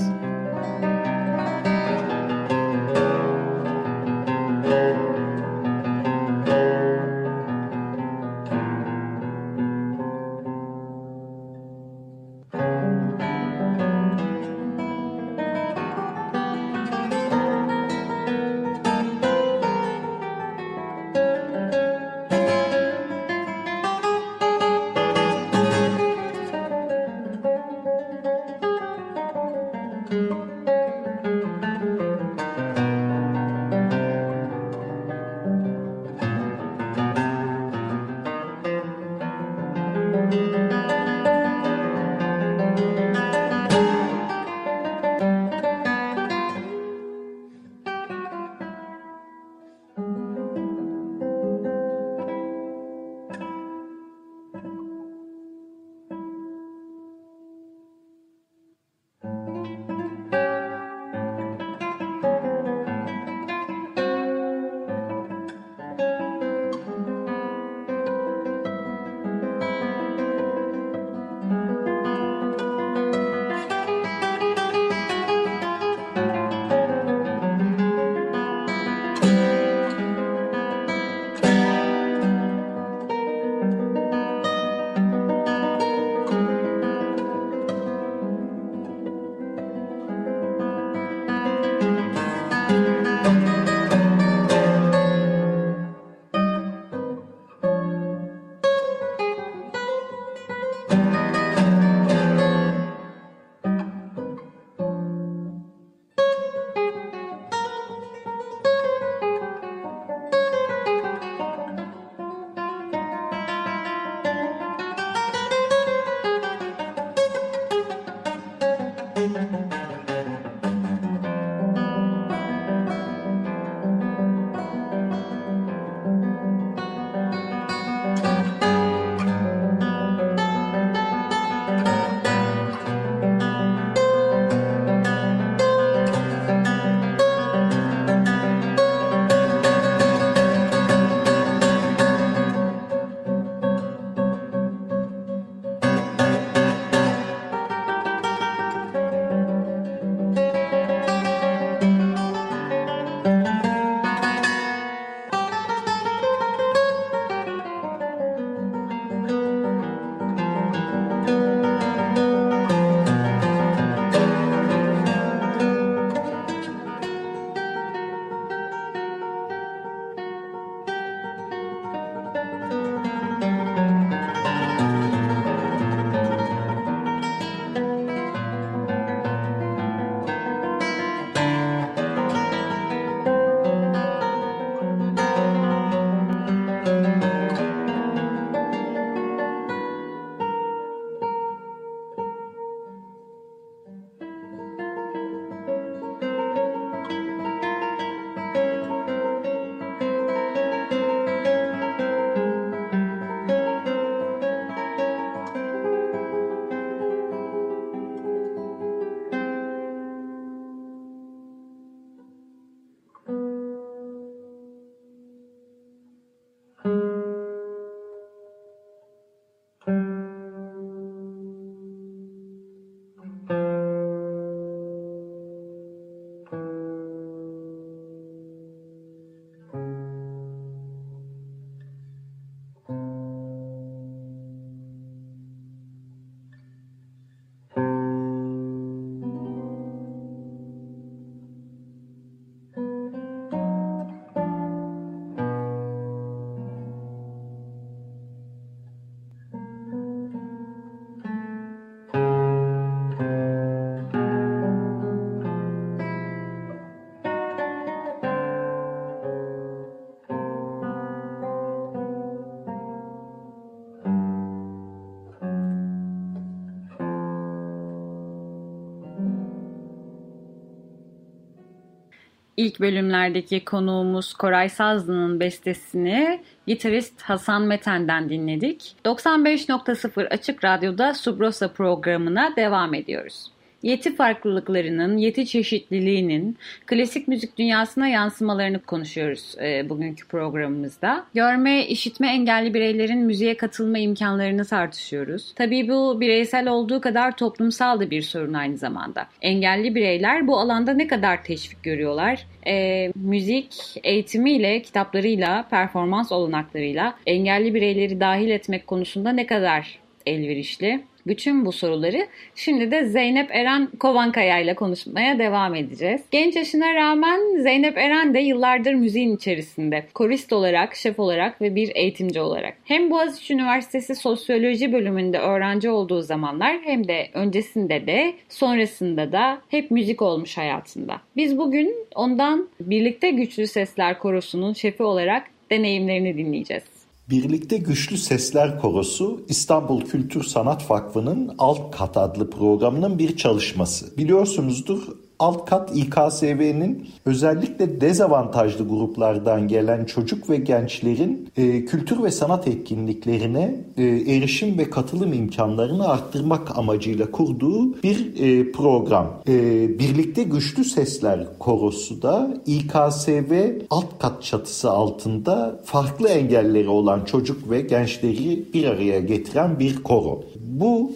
İlk bölümlerdeki konuğumuz Koray Sazlı'nın bestesini gitarist Hasan Meten'den dinledik. 95.0 Açık Radyo'da Subrosa programına devam ediyoruz. Yeti farklılıklarının, yeti çeşitliliğinin klasik müzik dünyasına yansımalarını konuşuyoruz bugünkü programımızda. Görme, işitme engelli bireylerin müziğe katılma imkanlarını tartışıyoruz. Tabii bu bireysel olduğu kadar toplumsal da bir sorun aynı zamanda. Engelli bireyler bu alanda ne kadar teşvik görüyorlar? Müzik eğitimiyle, kitaplarıyla, performans olanaklarıyla engelli bireyleri dahil etmek konusunda ne kadar elverişli? Bütün bu soruları şimdi de Zeynep Eren Kovankaya ile konuşmaya devam edeceğiz. Genç yaşına rağmen Zeynep Eren de yıllardır müziğin içerisinde. Korist olarak, şef olarak ve bir eğitimci olarak. Hem Boğaziçi Üniversitesi Sosyoloji bölümünde öğrenci olduğu zamanlar hem de öncesinde de sonrasında da hep müzik olmuş hayatında. Biz bugün ondan Birlikte Güçlü Sesler Korosu'nun şefi olarak deneyimlerini dinleyeceğiz. Birlikte Güçlü Sesler Korosu, İstanbul Kültür Sanat Vakfı'nın Alt Kat adlı programının bir çalışması. Biliyorsunuzdur, Alt Kat İKSV'nin özellikle dezavantajlı gruplardan gelen çocuk ve gençlerin kültür ve sanat etkinliklerine erişim ve katılım imkanlarını arttırmak amacıyla kurduğu bir program. Birlikte Güçlü Sesler Korosu da İKSV Alt Kat çatısı altında farklı engelleri olan çocuk ve gençleri bir araya getiren bir koro. Bu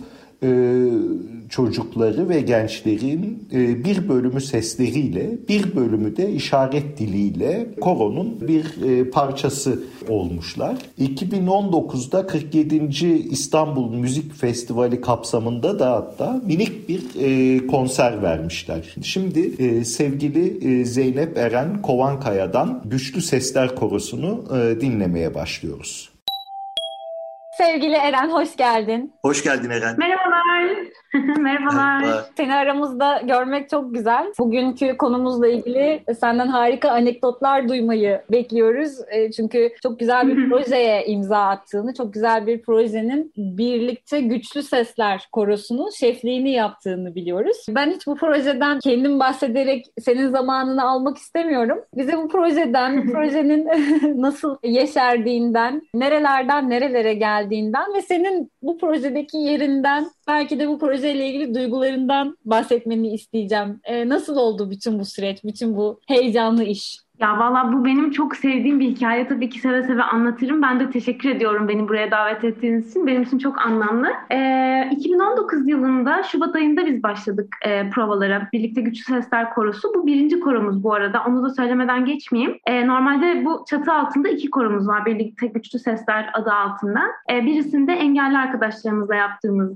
çocukları ve gençlerin bir bölümü sesleriyle, bir bölümü de işaret diliyle koronun bir parçası olmuşlar. 2019'da 47. İstanbul Müzik Festivali kapsamında da hatta minik bir konser vermişler. Şimdi sevgili Zeynep Eren Kovankaya'dan Güçlü Sesler Korosu'nu dinlemeye başlıyoruz. Sevgili Eren, hoş geldin. Hoş geldin Eren. Merhabalar. Merhabalar. Merhaba. Seni aramızda görmek çok güzel. Bugünkü konumuzla ilgili senden harika anekdotlar duymayı bekliyoruz. Çünkü çok güzel bir projeye imza attığını, çok güzel bir projenin Birlikte Güçlü Sesler Korosu'nun şefliğini yaptığını biliyoruz. Ben hiç bu projeden kendim bahsederek senin zamanını almak istemiyorum. Bize bu projeden, bu projenin nasıl yeşerdiğinden, nerelerden nerelere geldiğinden ve senin bu projedeki yerinden, belki de bu projeyle ilgili duygularından bahsetmeni isteyeceğim. Nasıl oldu bütün bu süreç, bütün bu heyecanlı iş? Ya valla bu benim çok sevdiğim bir hikaye. Tabii ki seve seve anlatırım. Ben de teşekkür ediyorum beni buraya davet ettiğiniz için. Benim için çok anlamlı. 2019 yılında Şubat ayında biz başladık provalara. Birlikte Güçlü Sesler Korosu. Bu birinci koromuz bu arada. Onu da söylemeden geçmeyeyim. Normalde bu çatı altında 2 koromuz var. Birlikte Güçlü Sesler adı altında. Birisinde engelli arkadaşlarımızla yaptığımız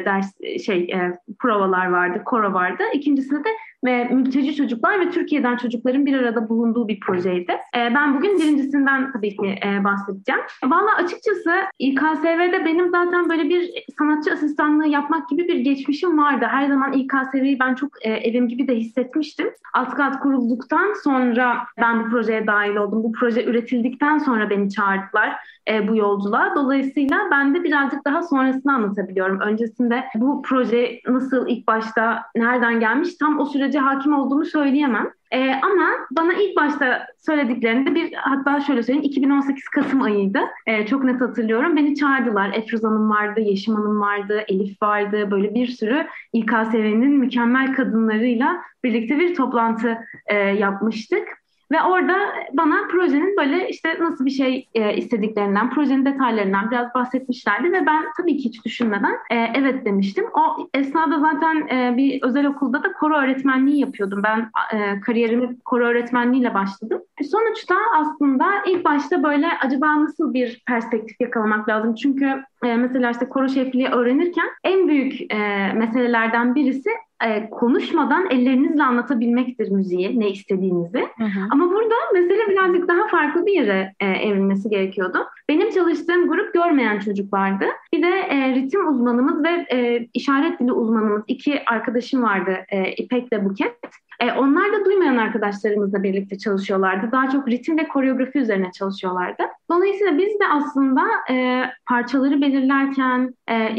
provalar vardı, koro vardı. İkincisinde de ve mülteci çocuklar ve Türkiye'den çocukların bir arada bulunduğu bir projeydi. Ben bugün birincisinden tabii ki bahsedeceğim. Valla açıkçası İKSV'de benim zaten böyle bir sanatçı asistanlığı yapmak gibi bir geçmişim vardı. Her zaman İKSV'yi ben çok evim gibi de hissetmiştim. Alt Kat kurulduktan sonra ben bu projeye dahil oldum. Bu proje üretildikten sonra beni çağırdılar bu yolculuğa. Dolayısıyla ben de birazcık daha sonrasını anlatabiliyorum. Öncesinde bu proje nasıl ilk başta nereden gelmiş tam o sürece hakim olduğumu söyleyemem. Ama bana ilk başta söylediklerinde hatta şöyle söyleyeyim 2018 Kasım ayıydı. Çok net hatırlıyorum. Beni çağırdılar. Efruz Hanım vardı, Yeşim Hanım vardı, Elif vardı. Böyle bir sürü İKSV'nin mükemmel kadınlarıyla birlikte bir toplantı yapmıştık. Ve orada bana projenin böyle işte nasıl bir şey istediklerinden, projenin detaylarından biraz bahsetmişlerdi ve ben tabii ki hiç düşünmeden evet demiştim. O esnada zaten bir özel okulda da koro öğretmenliği yapıyordum. Ben kariyerimi koro öğretmenliğiyle başladım. Sonuçta aslında ilk başta böyle acaba nasıl bir perspektif yakalamak lazım? Çünkü mesela işte koro şefliği öğrenirken en büyük meselelerden birisi konuşmadan ellerinizle anlatabilmektir müziği, ne istediğinizi. Hı hı. Ama burada mesele birazcık daha farklı bir yere evrilmesi gerekiyordu. Benim çalıştığım grup görmeyen çocuklardı. Bir de ritim uzmanımız ve işaret dili uzmanımız 2 arkadaşım vardı, İpek ve Buket. Onlar da duymayan arkadaşlarımızla birlikte çalışıyorlardı. Daha çok ritim ve koreografi üzerine çalışıyorlardı. Dolayısıyla biz de aslında parçaları belirlerken,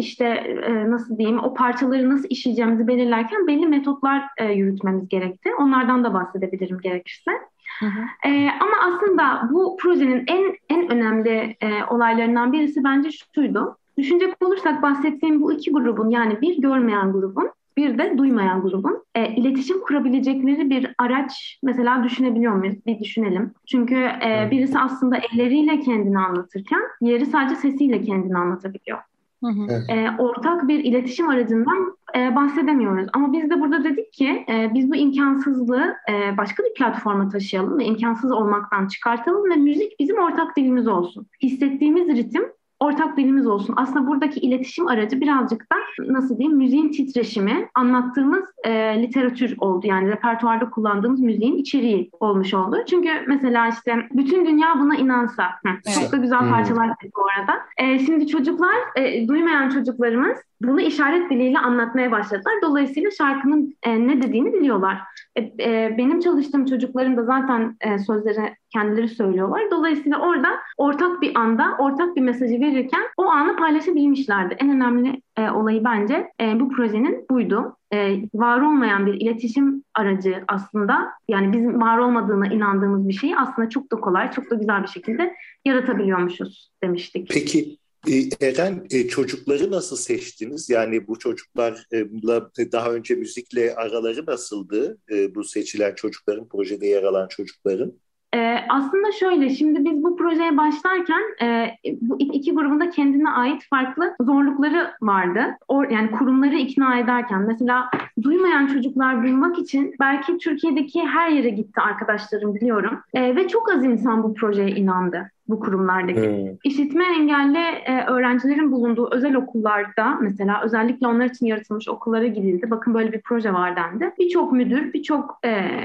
nasıl diyeyim, o parçaları nasıl işleyeceğimizi belirlerken belli metotlar yürütmemiz gerekti. Onlardan da bahsedebilirim gerekirse. Hı hı. Ama aslında bu projenin en önemli olaylarından birisi bence şuydu. Düşünecek olursak bahsettiğim bu iki grubun, yani bir görmeyen grubun, bir de duymayan grubun iletişim kurabilecekleri bir araç mesela düşünebiliyor muyuz? Bir düşünelim. Çünkü birisi aslında elleriyle kendini anlatırken diğeri sadece sesiyle kendini anlatabiliyor. Hı hı. Ortak bir iletişim aracından bahsedemiyoruz. Ama biz de burada dedik ki biz bu imkansızlığı başka bir platforma taşıyalım ve imkansız olmaktan çıkartalım ve müzik bizim ortak dilimiz olsun. Hissettiğimiz ritim ortak dilimiz olsun. Aslında buradaki iletişim aracı birazcık da nasıl diyeyim, müziğin titreşimi, anlattığımız literatür oldu. Yani repertuarda kullandığımız müziğin içeriği olmuş oldu. Çünkü mesela işte bütün dünya buna inansa. Çok da güzel parçalar bu arada. Şimdi çocuklar, duymayan çocuklarımız bunu işaret diliyle anlatmaya başladılar. Dolayısıyla şarkının ne dediğini biliyorlar. Benim çalıştığım çocukların da zaten sözleri kendileri söylüyorlar. Dolayısıyla orada ortak bir anda, ortak bir mesajı verirken o anı paylaşabilmişlerdi. En önemli olayı bence bu projenin buydu. Var olmayan bir iletişim aracı aslında, yani bizim var olmadığına inandığımız bir şeyi aslında çok da kolay, çok da güzel bir şekilde yaratabiliyormuşuz demiştik. Peki Eren, çocukları nasıl seçtiniz? Yani bu çocuklarla daha önce müzikle araları nasıldı? Bu seçilen çocukların, projede yer alan çocukların. Aslında şöyle, şimdi biz bu projeye başlarken bu iki grubun da kendine ait farklı zorlukları vardı. Yani kurumları ikna ederken mesela duymayan çocuklar duymak için belki Türkiye'deki her yere gitti arkadaşlarım, biliyorum. Ve çok az insan bu projeye inandı. Bu kurumlardaki. İşitme engelli öğrencilerin bulunduğu özel okullarda mesela özellikle onlar için yaratılmış okullara gidildi. Bakın böyle bir proje var dendi. Birçok müdür, birçok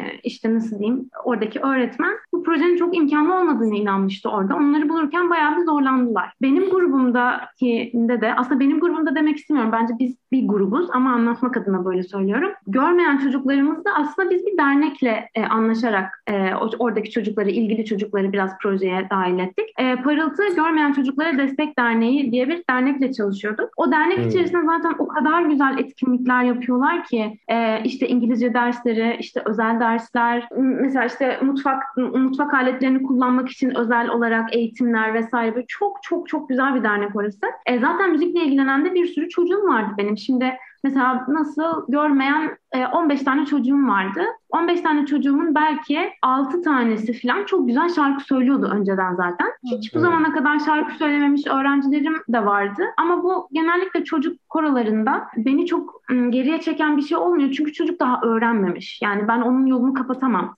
nasıl diyeyim, oradaki öğretmen bu projenin çok imkanlı olmadığını inanmıştı orada. Onları bulurken bayağı bir zorlandılar. Benim grubumdakinde de, aslında benim grubumda demek istemiyorum. Bence biz bir grubuz ama anlatmak adına böyle söylüyorum. Görmeyen çocuklarımız da aslında biz bir dernekle anlaşarak oradaki çocukları, ilgili çocukları biraz projeye dahil ettik. Parıltı Görmeyen Çocuklara Destek Derneği diye bir dernekle çalışıyorduk. O dernek içerisinde zaten o kadar güzel etkinlikler yapıyorlar ki işte İngilizce dersleri, işte özel dersler, mesela işte mutfak aletlerini kullanmak için özel olarak eğitimler vesaire, böyle çok güzel bir dernek orası. Zaten müzikle ilgilenen de bir sürü çocuğum vardı benim. Şimdi mesela nasıl görmeyen 15 tane çocuğum vardı. 15 tane çocuğumun belki 6 tanesi falan çok güzel şarkı söylüyordu önceden zaten. Hiç bu zamana kadar şarkı söylememiş öğrencilerim de vardı. Ama bu genellikle çocuk korolarında beni çok geriye çeken bir şey olmuyor. Çünkü çocuk daha öğrenmemiş. Yani ben onun yolunu kapatamam.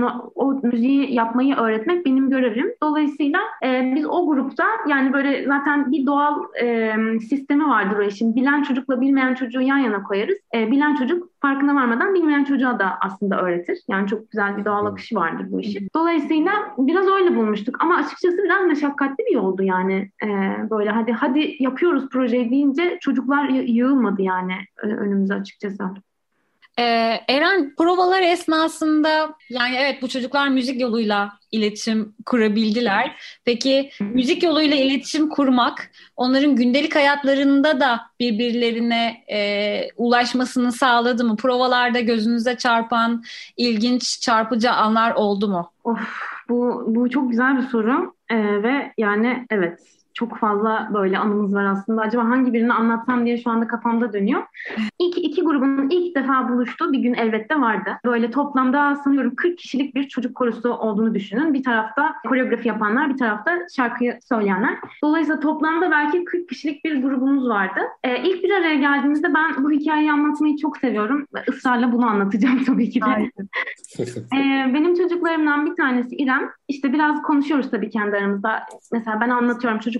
O müziği yapmayı öğretmek benim görevim. Dolayısıyla biz o grupta, yani böyle zaten bir doğal sistemi vardır o işin. Bilen çocukla bilmeyen çocuğu yan yana koyarız. Bilen çocuk farkına varmadan bilmeyen çocuğa da aslında öğretir. Yani çok güzel bir doğal akışı vardır bu işin. Dolayısıyla biraz öyle bulmuştuk. Ama açıkçası biraz meşakkatli bir yoldu yani. Böyle hadi yapıyoruz projeyi deyince çocuklar yığılmadı yani önümüze açıkçası. Eren, provalar esnasında, yani evet, bu çocuklar müzik yoluyla iletişim kurabildiler. Peki müzik yoluyla iletişim kurmak onların gündelik hayatlarında da birbirlerine ulaşmasını sağladı mı? Provalarda gözünüze çarpan, ilginç, çarpıcı anlar oldu mu? Bu çok güzel bir soru ve yani evet, çok fazla böyle anımız var aslında. Acaba hangi birini anlatsam diye şu anda kafamda dönüyor. İki grubun ilk defa buluştuğu bir gün elbette vardı. Böyle toplamda sanıyorum 40 kişilik bir çocuk korosu olduğunu düşünün. Bir tarafta koreografi yapanlar, bir tarafta şarkıyı söyleyenler. Dolayısıyla toplamda belki 40 kişilik bir grubumuz vardı. İlk bir araya geldiğimizde ben bu hikayeyi anlatmayı çok seviyorum. Israrla bunu anlatacağım tabii ki de. Benim çocuklarımdan bir tanesi İrem. İşte biraz konuşuyoruz tabii kendi aramızda. Mesela ben anlatıyorum, çocuklar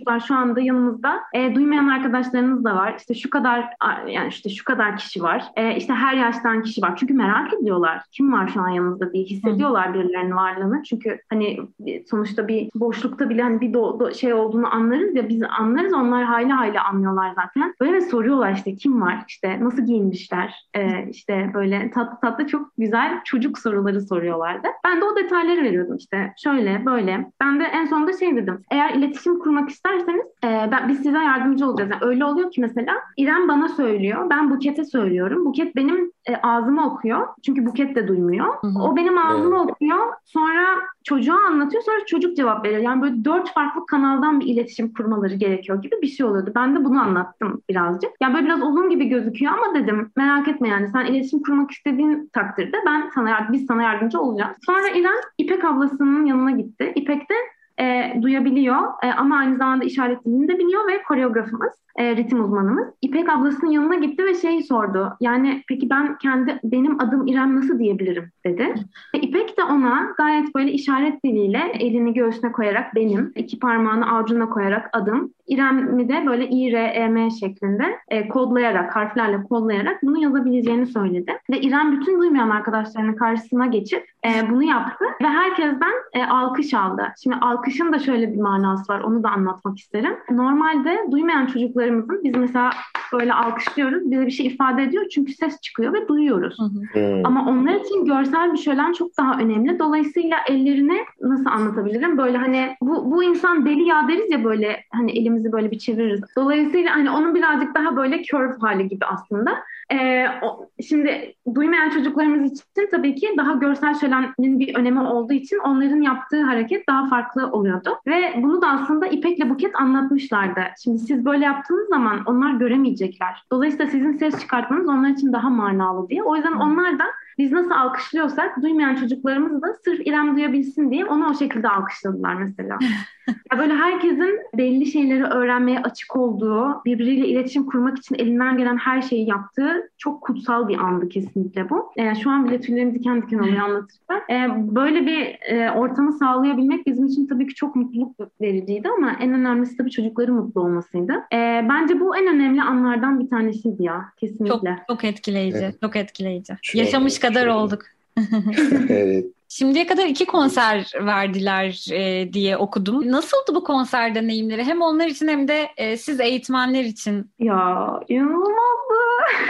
çocuklar şu anda yanımızda. Duymayan arkadaşlarınız da var. İşte şu kadar, yani işte şu kadar kişi var. İşte her yaştan kişi var. Çünkü merak ediyorlar. Kim var şu an yanımızda diye hissediyorlar birilerinin varlığını. Çünkü hani sonuçta bir boşlukta bile hani bir şey olduğunu anlarız ya, biz anlarız, onlar hayli anlıyorlar zaten. Böyle soruyorlar işte kim var, işte nasıl giyinmişler, işte böyle tatlı çok güzel çocuk soruları soruyorlardı. Ben de o detayları veriyordum, işte şöyle böyle. Ben de en sonunda şey dedim, eğer iletişim kurmak isterseniz biz size yardımcı olacağız. Yani öyle oluyor ki mesela İrem bana söylüyor, ben Buket'e söylüyorum. Buket benim ağzımı okuyor. Çünkü Buket de duymuyor. O benim ağzımı okuyor. Sonra çocuğa anlatıyor. Sonra çocuk cevap veriyor. Yani böyle 4 farklı kanaldan bir iletişim kurmaları gerekiyor gibi bir şey oluyordu. Ben de bunu anlattım birazcık. Yani böyle biraz uzun gibi gözüküyor ama dedim merak etme, yani sen iletişim kurmak istediğin takdirde biz sana yardımcı olacağız. Sonra İrem İpek ablasının yanına gitti. İpek de duyabiliyor ama aynı zamanda işaret dilini de biliyor ve koreografımız, ritim uzmanımız. İpek ablasının yanına gitti ve şeyi sordu. Yani peki benim adım İrem nasıl diyebilirim dedi. İpek de ona gayet böyle işaret diliyle elini göğsüne koyarak benim, 2 parmağını avucuna koyarak adım, İrem'i de böyle İ-R-E-M şeklinde kodlayarak, harflerle kodlayarak bunu yazabileceğini söyledi. Ve İrem bütün duymayan arkadaşlarının karşısına geçip bunu yaptı ve herkesten alkış aldı. Şimdi alkışın da şöyle bir manası var, onu da anlatmak isterim. Normalde duymayan çocuklarımızın, biz mesela böyle alkışlıyoruz, bize bir şey ifade ediyor çünkü ses çıkıyor ve duyuyoruz. Ama onlar için görsel bir şölen çok daha önemli. Dolayısıyla ellerini nasıl anlatabilirim? Böyle hani bu insan deli ya deriz ya, böyle hani elimizi böyle bir çeviririz. Dolayısıyla hani onun birazcık daha böyle curve hali gibi aslında. Şimdi duymayan çocuklarımız için tabii ki daha görsel şölenin bir önemi olduğu için onların yaptığı hareket daha farklı oluyordu. Ve bunu da aslında İpek'le Buket anlatmışlardı. Şimdi siz böyle yaptığınız zaman onlar göremeyecekler. Dolayısıyla sizin ses çıkartmanız onlar için daha manalı diye. O yüzden onlar da biz nasıl alkışlıyorsak duymayan çocuklarımız da sırf İrem duyabilsin diye onu o şekilde alkışladılar mesela. Ya böyle herkesin belli şeyleri öğrenmeye açık olduğu, birbiriyle iletişim kurmak için elinden gelen her şeyi yaptığı çok kutsal bir andı kesinlikle bu. Şu an bile tüylerim diken diken oluyor anlatırken. Böyle bir ortamı sağlayabilmek bizim için tabii ki çok mutluluk vericiydi ama en önemlisi tabii çocukların mutlu olmasıydı. Bence bu en önemli anlardan bir tanesiydi ya, kesinlikle. Çok etkileyici, evet. Çok etkileyici. Yaşamış kadar olduk. Evet. Şimdiye kadar 2 konser verdiler diye okudum. Nasıldı bu konser deneyimleri? Hem onlar için hem de siz eğitmenler için. Ya inanılmazdı.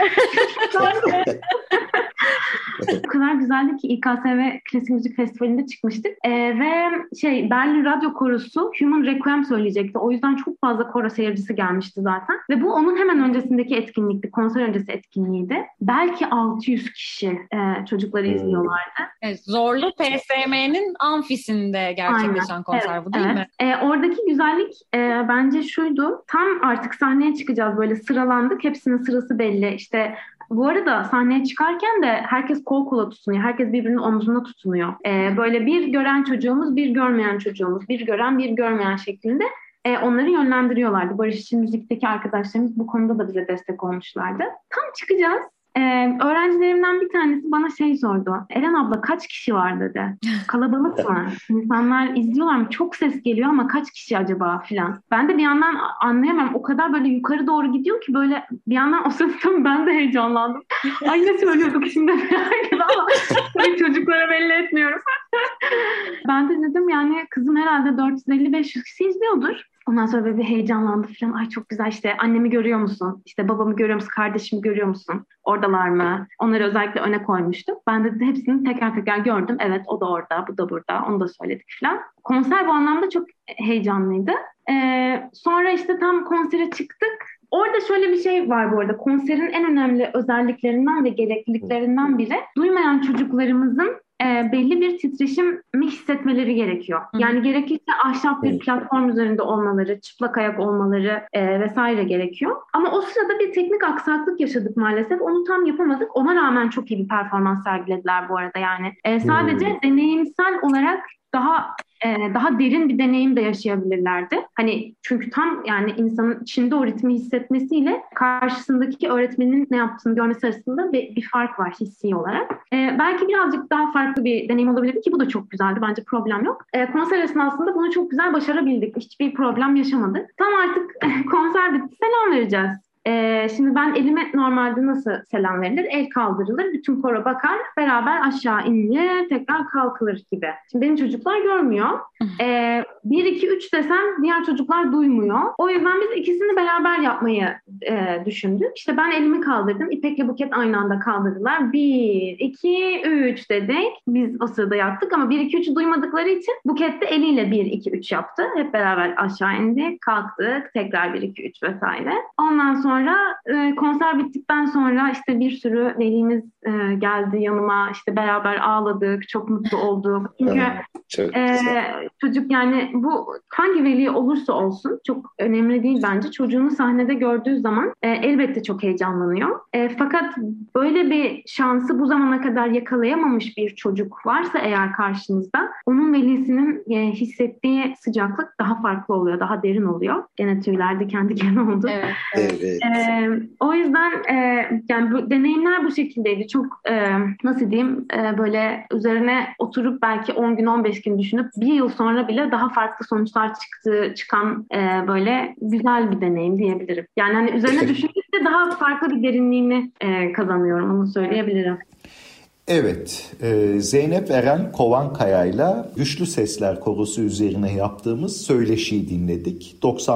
O kadar güzeldi ki İKSV Klasik Müzik Festivali'nde çıkmıştık. Ve Berlin Radyo Korosu Human Requiem söyleyecekti. O yüzden çok fazla koro seyircisi gelmişti zaten. Ve bu onun hemen öncesindeki etkinlikti. Konser öncesi etkinliğiydi. Belki 600 kişi çocukları izliyorlardı. Evet, Zorlu PSM'nin amfisinde gerçekleşen konser, evet, bu değil mi? Oradaki güzellik bence şuydu. Tam artık sahneye çıkacağız, böyle sıralandık. Hepsinin sırası belli. İşte bu arada sahneye çıkarken de herkes kol kola tutunuyor. Herkes birbirinin omzuna tutunuyor. Böyle bir gören çocuğumuz, bir görmeyen çocuğumuz, bir gören, bir görmeyen şeklinde onları yönlendiriyorlardı. Barış için müzikteki arkadaşlarımız bu konuda da bize destek olmuşlardı. Tam çıkacağız. Öğrencilerimden bir tanesi bana sordu. Eren abla kaç kişi var dedi. Kalabalık mı? İnsanlar izliyorlar mı? Çok ses geliyor ama kaç kişi acaba filan. Ben de bir yandan anlayamam. O kadar böyle yukarı doğru gidiyor ki böyle bir yandan o sırada ben de heyecanlandım. Ay ne söylüyorduk şimdi ama çocuklara belli etmiyorum. Ben de dedim yani kızım herhalde 450-500 kişi izliyordur. Ondan sonra böyle bir heyecanlandı falan. Ay çok güzel, işte annemi görüyor musun? İşte babamı görüyor musun? Kardeşimi görüyor musun? Oradalar mı? Onları özellikle öne koymuştum. Ben de hepsini teker teker gördüm. Evet o da orada, bu da burada. Onu da söyledik falan. Konser bu anlamda çok heyecanlıydı. Sonra işte tam konsere çıktık. Orada şöyle bir şey var bu arada. Konserin en önemli özelliklerinden ve gerekliliklerinden biri duymayan çocuklarımızın belli bir titreşimi hissetmeleri gerekiyor. Yani gerekirse ahşap bir platform üzerinde olmaları, çıplak ayak olmaları vesaire gerekiyor. Ama o sırada bir teknik aksaklık yaşadık maalesef. Onu tam yapamadık. Ona rağmen çok iyi bir performans sergilediler bu arada yani. Sadece deneyimsel olarak daha daha derin bir deneyim de yaşayabilirlerdi. Hani çünkü tam yani insanın içinde o ritmi hissetmesiyle karşısındaki öğretmenin ne yaptığını görmesi arasında bir fark var hissi olarak. Belki birazcık daha farklı bir deneyim olabilirdi ki bu da çok güzeldi. Bence problem yok. Konser esnasında bunu çok güzel başarabildik. Hiçbir problem yaşamadık. Tam artık konser bitti, selam vereceğiz. Şimdi ben elime normalde nasıl selam verilir? El kaldırılır, bütün koro bakar, beraber aşağı inilir, tekrar kalkılır gibi. Şimdi benim çocuklar görmüyor. 1, 2, 3 desem diğer çocuklar duymuyor. O yüzden biz ikisini beraber yapmayı düşündük. İşte ben elimi kaldırdım, İpek'le Buket aynı anda kaldırdılar. 1, 2, 3 dedik. Biz o sırada yaptık ama 1, 2, 3'ü duymadıkları için Buket de eliyle 1, 2, 3 yaptı. Hep beraber aşağı indik, kalktık, tekrar 1, 2, 3 vesaire. Ondan sonra konser bittikten sonra işte bir sürü velimiz geldi yanıma, işte beraber ağladık, çok mutlu olduk. Çünkü çocuk yani bu hangi veli olursa olsun çok önemli değil bence. Çocuğunu sahnede gördüğü zaman elbette çok heyecanlanıyor. Fakat böyle bir şansı bu zamana kadar yakalayamamış bir çocuk varsa eğer karşınızda, onun velisinin hissettiği sıcaklık daha farklı oluyor, daha derin oluyor. Gene tüyler diken diken oldu. Evet. O yüzden yani bu deneyimler bu şekildeydi. Çok nasıl diyeyim, böyle üzerine oturup belki 10 gün 15 gün düşünüp bir yıl sonra bile daha farklı sonuçlar çıkan böyle güzel bir deneyim diyebilirim. Yani hani üzerine düşündükçe daha farklı bir derinliğini kazanıyorum, onu söyleyebilirim. Evet, Zeynep Eren Kovankaya'yla Güçlü Sesler Korosu üzerine yaptığımız söyleşiyi dinledik.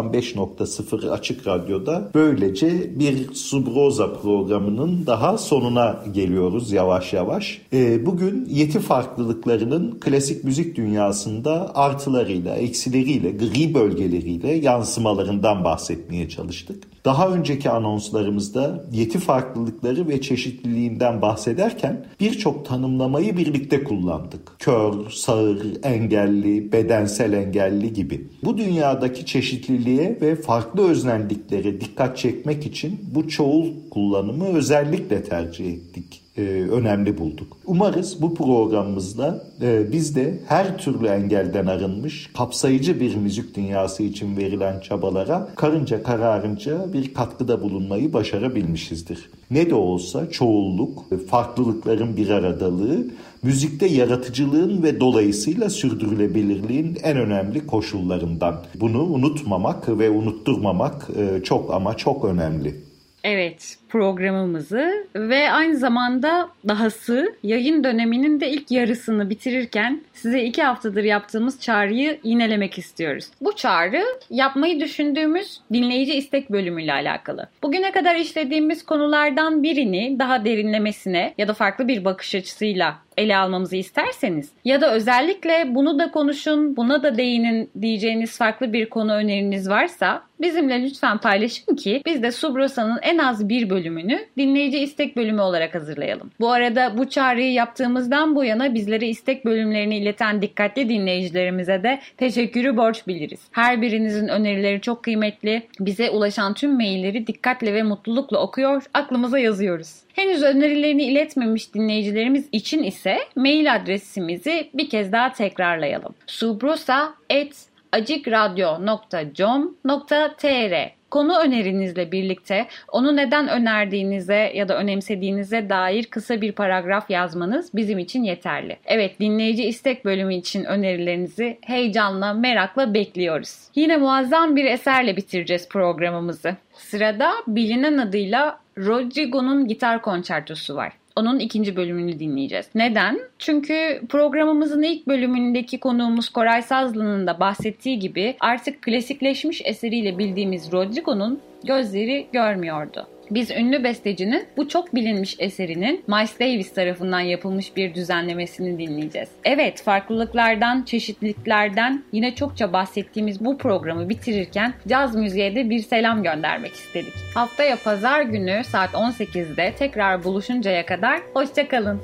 95.0 Açık Radyo'da böylece bir Subroza programının daha sonuna geliyoruz yavaş yavaş. Bugün yeti farklılıklarının klasik müzik dünyasında artılarıyla, eksileriyle, gri bölgeleriyle, yansımalarından bahsetmeye çalıştık. Daha önceki anonslarımızda yeti farklılıkları ve çeşitliliğinden bahsederken birçok tanımlamayı birlikte kullandık. Kör, sağır, engelli, bedensel engelli gibi. Bu dünyadaki çeşitliliğe ve farklı öznelliklere dikkat çekmek için bu çoğul kullanımı özellikle tercih ettik. Önemli bulduk. Umarız bu programımızda biz de her türlü engelden arınmış, kapsayıcı bir müzik dünyası için verilen çabalara karınca kararınca bir katkıda bulunmayı başarabilmişizdir. Ne de olsa çoğulluk, farklılıkların bir aradalığı, müzikte yaratıcılığın ve dolayısıyla sürdürülebilirliğin en önemli koşullarından. Bunu unutmamak ve unutturmamak çok ama çok önemli. Evet, programımızı ve aynı zamanda dahası yayın döneminin de ilk yarısını bitirirken size 2 haftadır yaptığımız çağrıyı yinelemek istiyoruz. Bu çağrı yapmayı düşündüğümüz dinleyici istek bölümüyle alakalı. Bugüne kadar işlediğimiz konulardan birini daha derinlemesine ya da farklı bir bakış açısıyla ele almamızı isterseniz ya da özellikle bunu da konuşun, buna da değinin diyeceğiniz farklı bir konu öneriniz varsa bizimle lütfen paylaşın ki biz de Subrosa'nın en az bir bölümünü dinleyici istek bölümü olarak hazırlayalım. Bu arada bu çağrıyı yaptığımızdan bu yana bizlere istek bölümlerini ileten dikkatli dinleyicilerimize de teşekkürü borç biliriz. Her birinizin önerileri çok kıymetli. Bize ulaşan tüm mailleri dikkatle ve mutlulukla okuyor, aklımıza yazıyoruz. Henüz önerilerini iletmemiş dinleyicilerimiz için ise mail adresimizi bir kez daha tekrarlayalım. subrosa@acikradyo.com.tr Konu önerinizle birlikte onu neden önerdiğinize ya da önemsediğinize dair kısa bir paragraf yazmanız bizim için yeterli. Evet, dinleyici istek bölümü için önerilerinizi heyecanla, merakla bekliyoruz. Yine muazzam bir eserle bitireceğiz programımızı. Sırada bilinen adıyla Rodrigo'nun gitar konçertosu var. Onun 2. bölümünü dinleyeceğiz. Neden? Çünkü programımızın ilk bölümündeki konuğumuz Koray Sazlı'nın da bahsettiği gibi artık klasikleşmiş eseriyle bildiğimiz Rodrigo'nun gözleri görmüyordu. Biz ünlü bestecinin bu çok bilinmiş eserinin Miles Davis tarafından yapılmış bir düzenlemesini dinleyeceğiz. Evet, farklılıklardan, çeşitliliklerden yine çokça bahsettiğimiz bu programı bitirirken caz müziğe de bir selam göndermek istedik. Haftaya pazar günü saat 18'de tekrar buluşuncaya kadar hoşça kalın.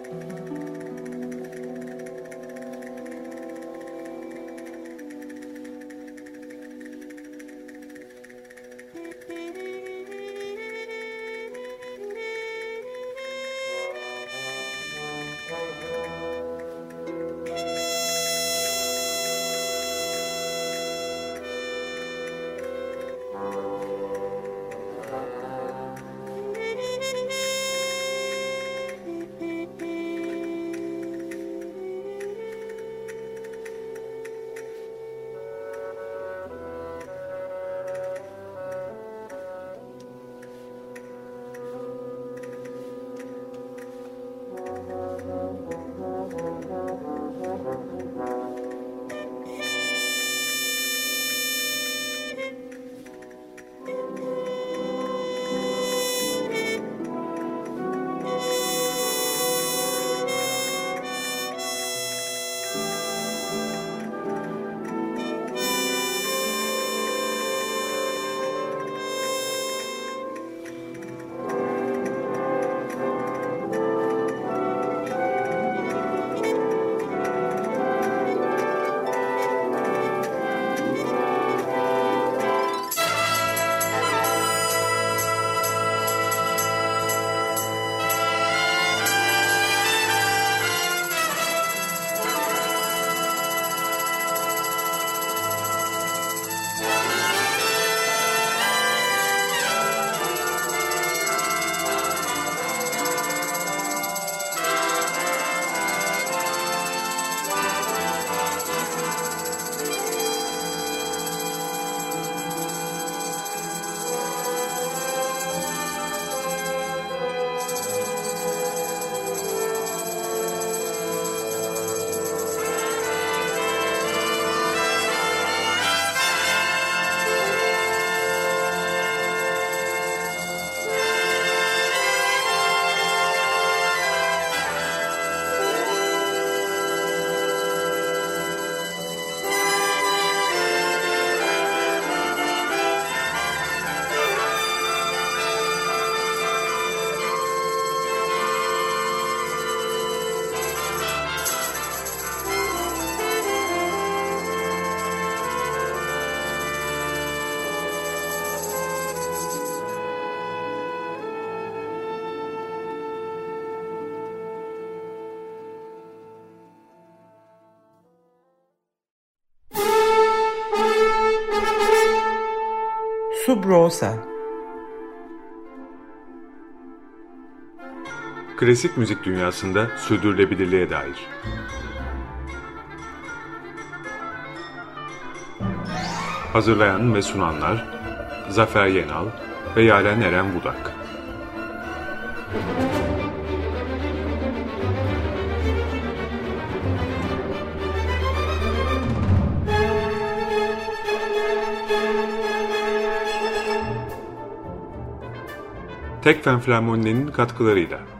Sub Rosa. Klasik müzik dünyasında sürdürülebilirliğe dair. Hazırlayan ve sunanlar Zafer Yenal ve Yaren Eren Budak. Tekfen Flammoni'nin katkılarıyla.